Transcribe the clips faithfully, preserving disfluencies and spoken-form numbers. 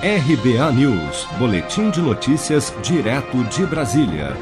R B A News, boletim de notícias direto de Brasília.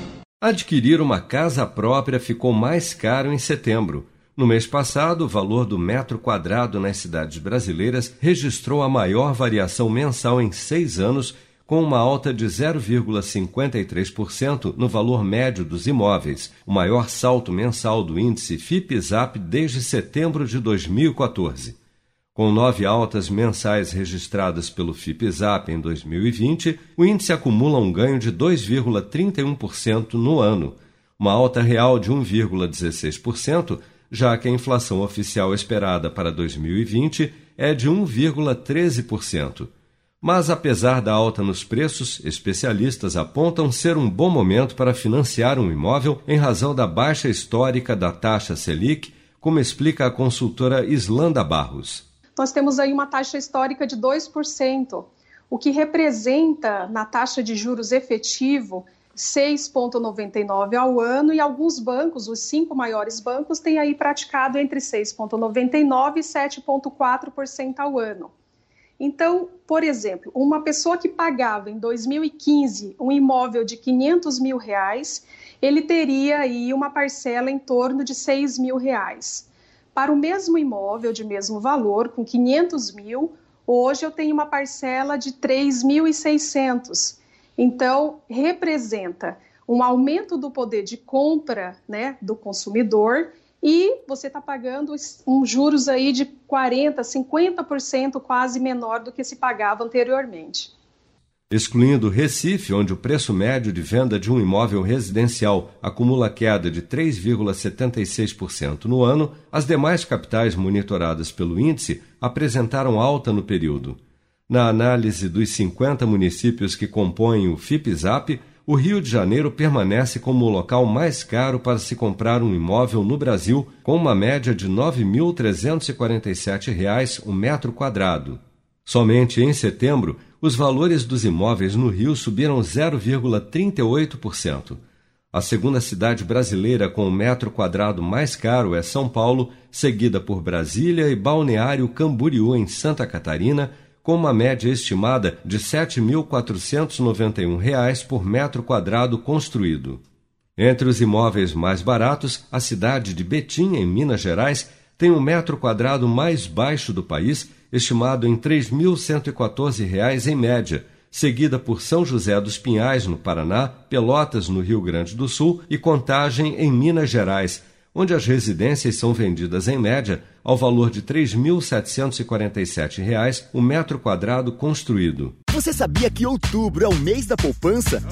Adquirir uma casa própria ficou mais caro em setembro. No mês passado, o valor do metro quadrado nas cidades brasileiras registrou a maior variação mensal em seis anos, com uma alta de zero vírgula cinquenta e três por cento no valor médio dos imóveis, o maior salto mensal do índice Fipzap desde setembro de dois mil e quatorze. Com nove altas mensais registradas pelo Fipzap em dois mil e vinte, o índice acumula um ganho de dois vírgula trinta e um por cento no ano, uma alta real de um vírgula dezesseis por cento, já que a inflação oficial esperada para dois mil e vinte é de um vírgula treze por cento. Mas, apesar da alta nos preços, especialistas apontam ser um bom momento para financiar um imóvel em razão da baixa histórica da taxa Selic, como explica a consultora Islanda Barros. Nós temos aí uma taxa histórica de dois por cento, o que representa na taxa de juros efetivo seis vírgula noventa e nove por cento ao ano, e alguns bancos, os cinco maiores bancos, têm aí praticado entre seis vírgula noventa e nove por cento e sete vírgula quatro por cento ao ano. Então, por exemplo, uma pessoa que pagava em dois mil e quinze um imóvel de quinhentos mil reais, ele teria aí uma parcela em torno de seis mil reais. Para o mesmo imóvel de mesmo valor, com quinhentos mil, hoje eu tenho uma parcela de três mil e seiscentos. Então, representa um aumento do poder de compra, né, do consumidor, e você está pagando um juros aí de quarenta por cento, cinquenta por cento quase menor do que se pagava anteriormente. Excluindo Recife, onde o preço médio de venda de um imóvel residencial acumula queda de três vírgula setenta e seis por cento no ano, as demais capitais monitoradas pelo índice apresentaram alta no período. Na análise dos cinquenta municípios que compõem o Fipzap, o Rio de Janeiro permanece como o local mais caro para se comprar um imóvel no Brasil, com uma média de nove mil trezentos e quarenta e sete reais o metro quadrado. Somente em setembro, os valores dos imóveis no Rio subiram zero vírgula trinta e oito por cento. A segunda cidade brasileira com o metro quadrado mais caro é São Paulo, seguida por Brasília e Balneário Camboriú, em Santa Catarina, com uma média estimada de sete mil quatrocentos e noventa e um reais por metro quadrado construído. Entre os imóveis mais baratos, a cidade de Betim, em Minas Gerais, tem o metro quadrado mais baixo do país, estimado em três mil cento e quatorze reais em média, seguida por São José dos Pinhais, no Paraná, Pelotas, no Rio Grande do Sul, e Contagem, em Minas Gerais, onde as residências são vendidas em média ao valor de três mil setecentos e quarenta e sete reais o metro quadrado construído. Você sabia que outubro é o mês da poupança?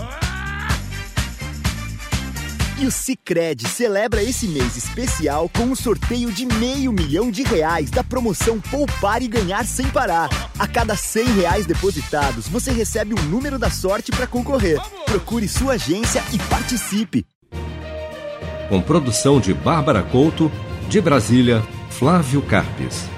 E o Sicredi celebra esse mês especial com um sorteio de meio milhão de reais da promoção Poupar e Ganhar Sem Parar. A cada cem reais depositados, você recebe um número da sorte para concorrer. Procure sua agência e participe. Com produção de Bárbara Couto, de Brasília, Flávio Carpes.